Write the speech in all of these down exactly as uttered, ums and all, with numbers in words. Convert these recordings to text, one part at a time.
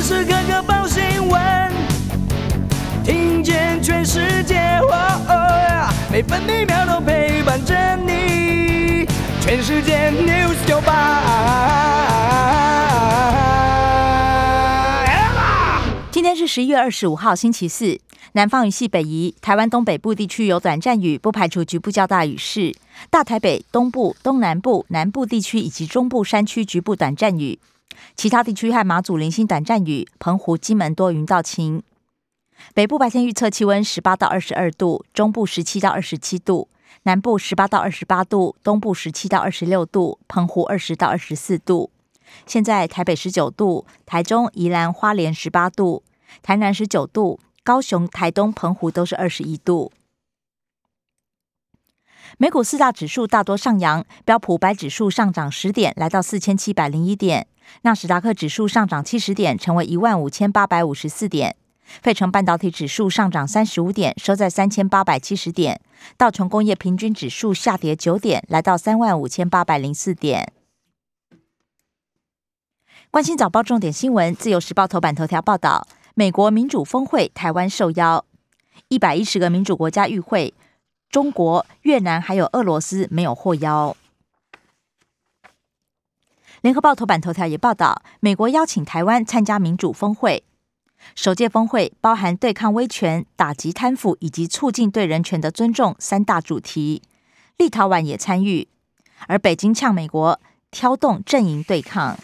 时刻刻报新闻，听见全世界，哦哦，每分每秒都陪伴着你。全世界 News 九八。 今天是十一月二十五号，星期四。南方雨系北移，台湾东北部地区有短暂雨，不排除局部较大雨势。大台北、东部、东南部、南部地区以及中部山区局部短暂雨，其他地区和马祖零星短暂雨，澎湖、金门多云到晴。北部白天预测气温十八到二十二度，中部十七到二十七度，南部十八到二十八度，东部十七到二十六度，澎湖二十到二十四度。现在台北十九度，台中、宜兰、花莲十八度，台南十九度，高雄、台东、澎湖都是二十一度。美股四大指数大多上扬，标普五百指数上涨十点，来到四千七百零一点；纳斯达克指数上涨七十点，成为一万五千八百五十四点；费城半导体指数上涨三十五点，收在三千八百七十点；道琼工业平均指数下跌九点，来到三万五千八百零四点。关心早报重点新闻，自由时报头版头条报道，美国民主峰会台湾受邀，一百一十个民主国家与会，中国、越南还有俄罗斯没有获邀。联合报头版头条也报道，美国邀请台湾参加民主峰会，首届峰会包含对抗威权、打击贪腐以及促进对人权的尊重三大主题，立陶宛也参与，而北京呛美国挑动阵营对抗。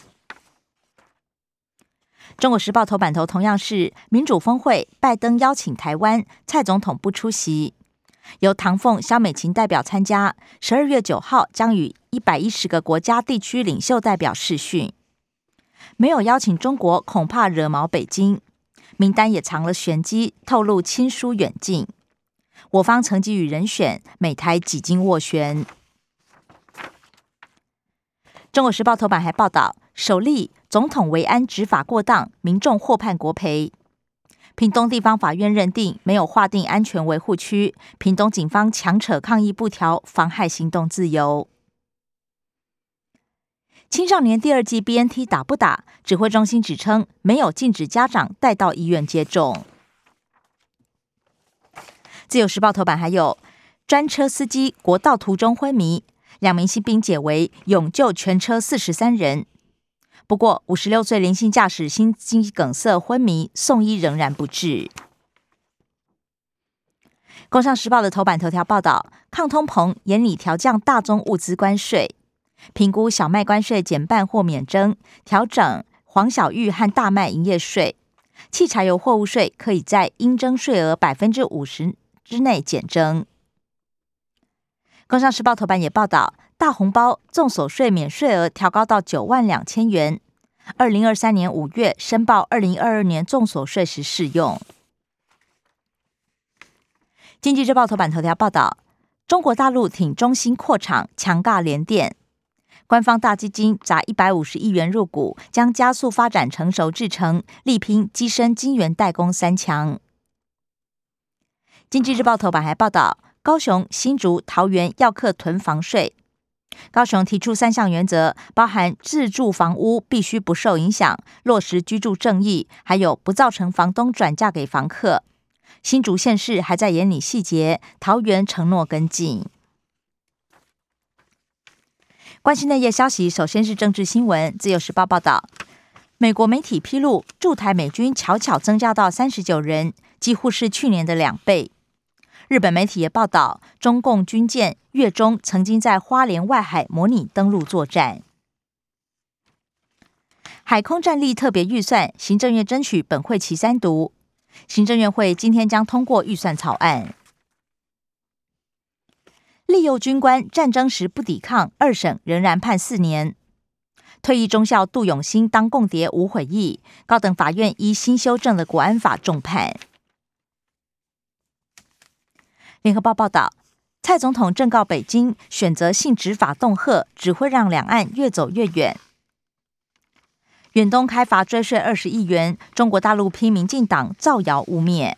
中国时报头版头同样是民主峰会，拜登邀请台湾，蔡总统不出席，由唐凤、萧美琴代表参加，十二月九号将与一百一十个国家地区领袖代表视讯。没有邀请中国，恐怕惹毛北京，名单也藏了玄机，透露亲疏远近。我方曾给予人选，美台几经斡旋。中国时报头版还报道，首例总统维安执法过当，民众获判国赔。屏东地方法院认定没有划定安全维护区，屏东警方强扯抗议布条，妨害行动自由。青少年第二剂 B N T 打不打？指挥中心指称没有禁止家长带到医院接种。自由时报头版还有专车司机国道途中昏迷，两名新兵解围，勇救全车四十三人。不过五十六岁林姓驾驶心肌梗塞昏迷，送医仍然不治。工商时报的头版头条报道，抗通膨严拟调降大宗物资关税，评估小麦关税减半或免征，调整黄小玉和大麦营业税，汽柴油货物税可以在应征税额百分之五十之内减征。工商时报头版也报道，大红包综所税免税额调高到九万两千元，二零二三年五月申报二零二二年综所税时适用。经济日报头版头条报道，中国大陆挺中兴扩厂，强尬联电，官方大基金砸一百五十亿元入股，将加速发展成熟制程，力拼跻身晶圆代工三强。经济日报头版还报道，高雄、新竹、桃园要课囤房税。高雄提出三项原则，包含自住房屋必须不受影响，落实居住正义，还有不造成房东转嫁给房客。新竹县市还在研拟细节，桃园承诺跟进。关心内页消息，首先是政治新闻。自由时报报道，美国媒体披露，驻台美军悄悄增加到三十九人，几乎是去年的两倍。日本媒体也报道，中共军舰月中曾经在花莲外海模拟登陆作战。海空战力特别预算，行政院争取本会期三读，行政院会今天将通过预算草案。利诱军官战争时不抵抗，二审仍然判四年。退役中校杜永新当共谍无悔意，高等法院依新修正的国安法重判。联合报报道，蔡总统正告北京，选择性执法恫吓，只会让两岸越走越远。远东开罚追税二十亿元，中国大陆批民进党造谣污蔑。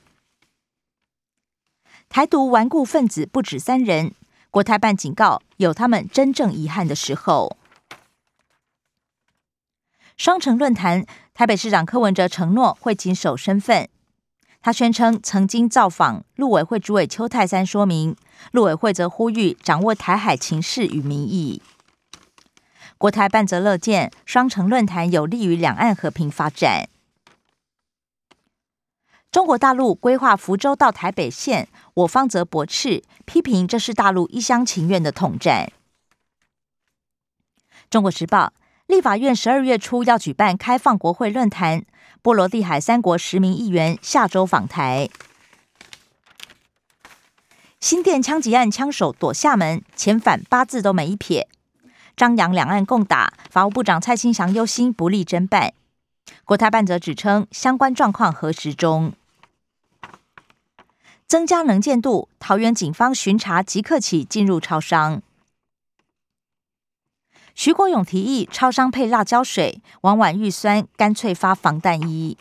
台独顽固分子不止三人，国台办警告，有他们真正遗憾的时候。双城论坛台北市长柯文哲承诺会谨守身份，他宣称曾经造访陆委会主委邱泰三说明，陆委会则呼吁掌握台海情势与民意。国台办则乐见双城论坛有利于两岸和平发展。中国大陆规划福州到台北线，我方则驳斥，批评这是大陆一厢情愿的统战。中国时报，立法院十二月初要举办开放国会论坛，波罗的海三国十名议员下周访台。新店枪击案枪手躲厦门，遣返八字都没一撇。张扬两岸共打，法务部长蔡清祥忧心不利侦办。国台办则指称相关状况核实中。增加能见度，桃园警方巡查即刻起进入超商。徐国勇提议超商配辣椒水，王婉玉酸干脆发防弹衣。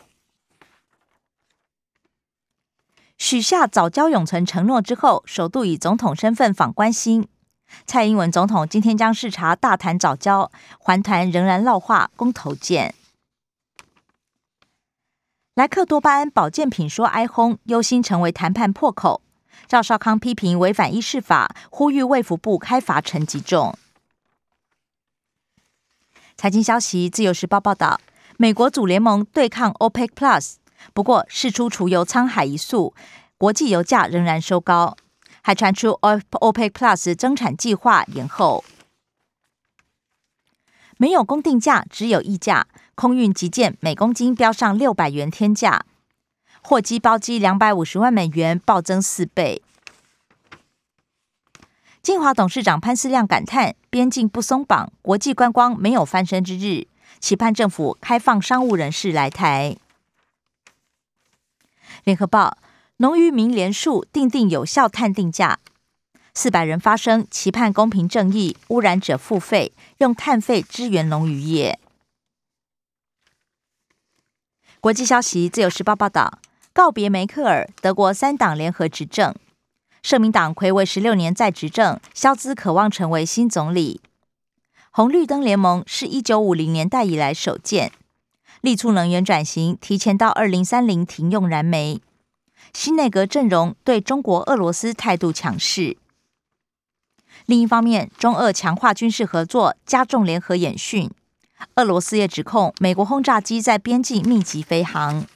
许下早交永存承诺之后，首度以总统身份访关心。蔡英文总统今天将视察大潭早交，环团仍然烙画公投键。莱克多巴胺保健品说哀轰，忧心成为谈判破口。赵少康批评违反医事法，呼吁卫福部开罚陈吉仲。财经消息，自由时报报道，美国组联盟对抗 OPEC Plus， 不过释出储油沧海一粟，国际油价仍然收高，还传出 OPEC Plus 增产计划延后。没有公定价，只有溢价，空运急件每公斤飙上六百元天价，货机包机两百五十万美元，暴增四倍。金华董事长潘思亮感叹，边境不松绑，国际观光没有翻身之日，期盼政府开放商务人士来台。联合报，农渔民联署订定有效碳定价，四百人发声，期盼公平正义，污染者付费，用碳费支援农渔业。国际消息，自由时报报道，告别梅克尔，德国三党联合执政。社民党睽违十六年再执政，肖兹渴望成为新总理。红绿灯联盟是一九五零年代以来首见，力促能源转型，提前到二零三零停用燃煤。新内阁阵容对中国、俄罗斯态度强势。另一方面，中俄强化军事合作，加重联合演训。俄罗斯也指控美国轰炸机在边境密集飞航。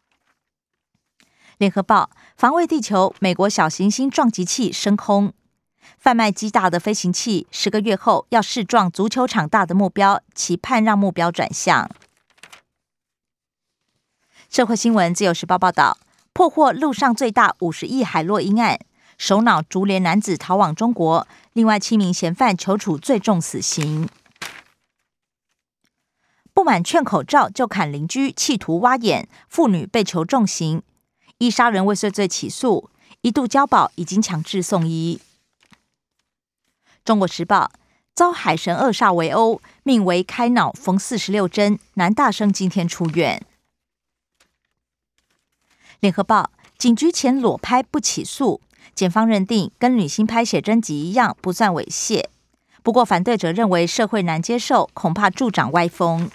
联合报，防卫地球，美国小行星撞击器升空，贩卖机大的飞行器，十个月后要试撞足球场大的目标，期盼让目标转向。社会新闻，自由时报报道，破获陆上最大五十亿海洛因案，首脑竹联男子逃往中国，另外七名嫌犯求处最重死刑。不满劝口罩就砍邻居，企图挖眼，妇女被求重刑。依杀人未遂罪起诉，一度交保，已经强制送医。中国时报，遭海神恶煞围殴，命为开脑缝四十六针，男大生今天出院。联合报，警局前裸拍不起诉，检方认定跟女星拍写真集一样，不算猥亵。不过反对者认为社会难接受，恐怕助长歪风。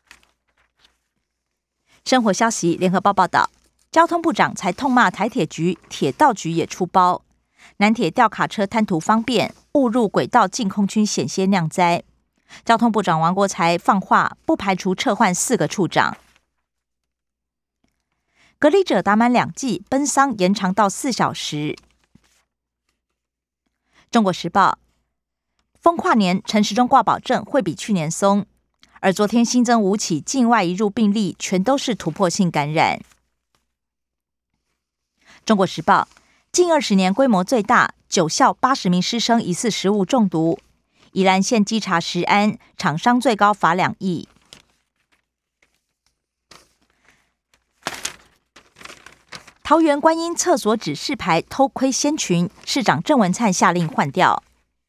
生活消息，联合报报道，交通部长才痛骂台铁局，铁道局也出包。南铁吊卡车贪图方便，误入轨道净空区，险些酿灾。交通部长王国材放话，不排除撤换四个处长。隔离者打满两剂，奔丧延长到四小时。中国时报，封跨年，陈时中挂保证会比去年松，而昨天新增五起境外移入病例，全都是突破性感染。中国时报，近二十年规模最大，九校八十名师生疑似食物中毒。宜兰县稽查食安，厂商最高罚两亿。桃园观音厕所指示牌偷窥仙群，市长郑文灿下令换掉。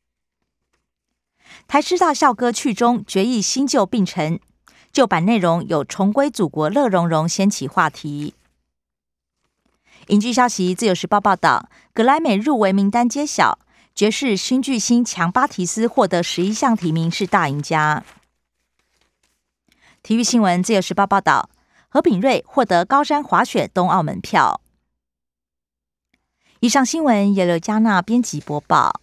台师大校歌去中决议新旧并陈，旧版内容有重归祖国乐融融掀起话题。影剧消息，自由时报报道，格莱美入围名单揭晓，爵士新巨星强巴提斯获得十一项提名，是大赢家。体育新闻，自由时报报道， 何炳瑞获得高山滑雪冬奥门票。以上新闻由刘嘉娜编辑播报。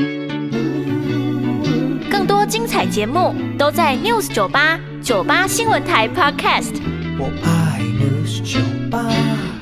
更多精彩节目都在 News 九八九八新闻台 Podcast。 我爱 News 九八。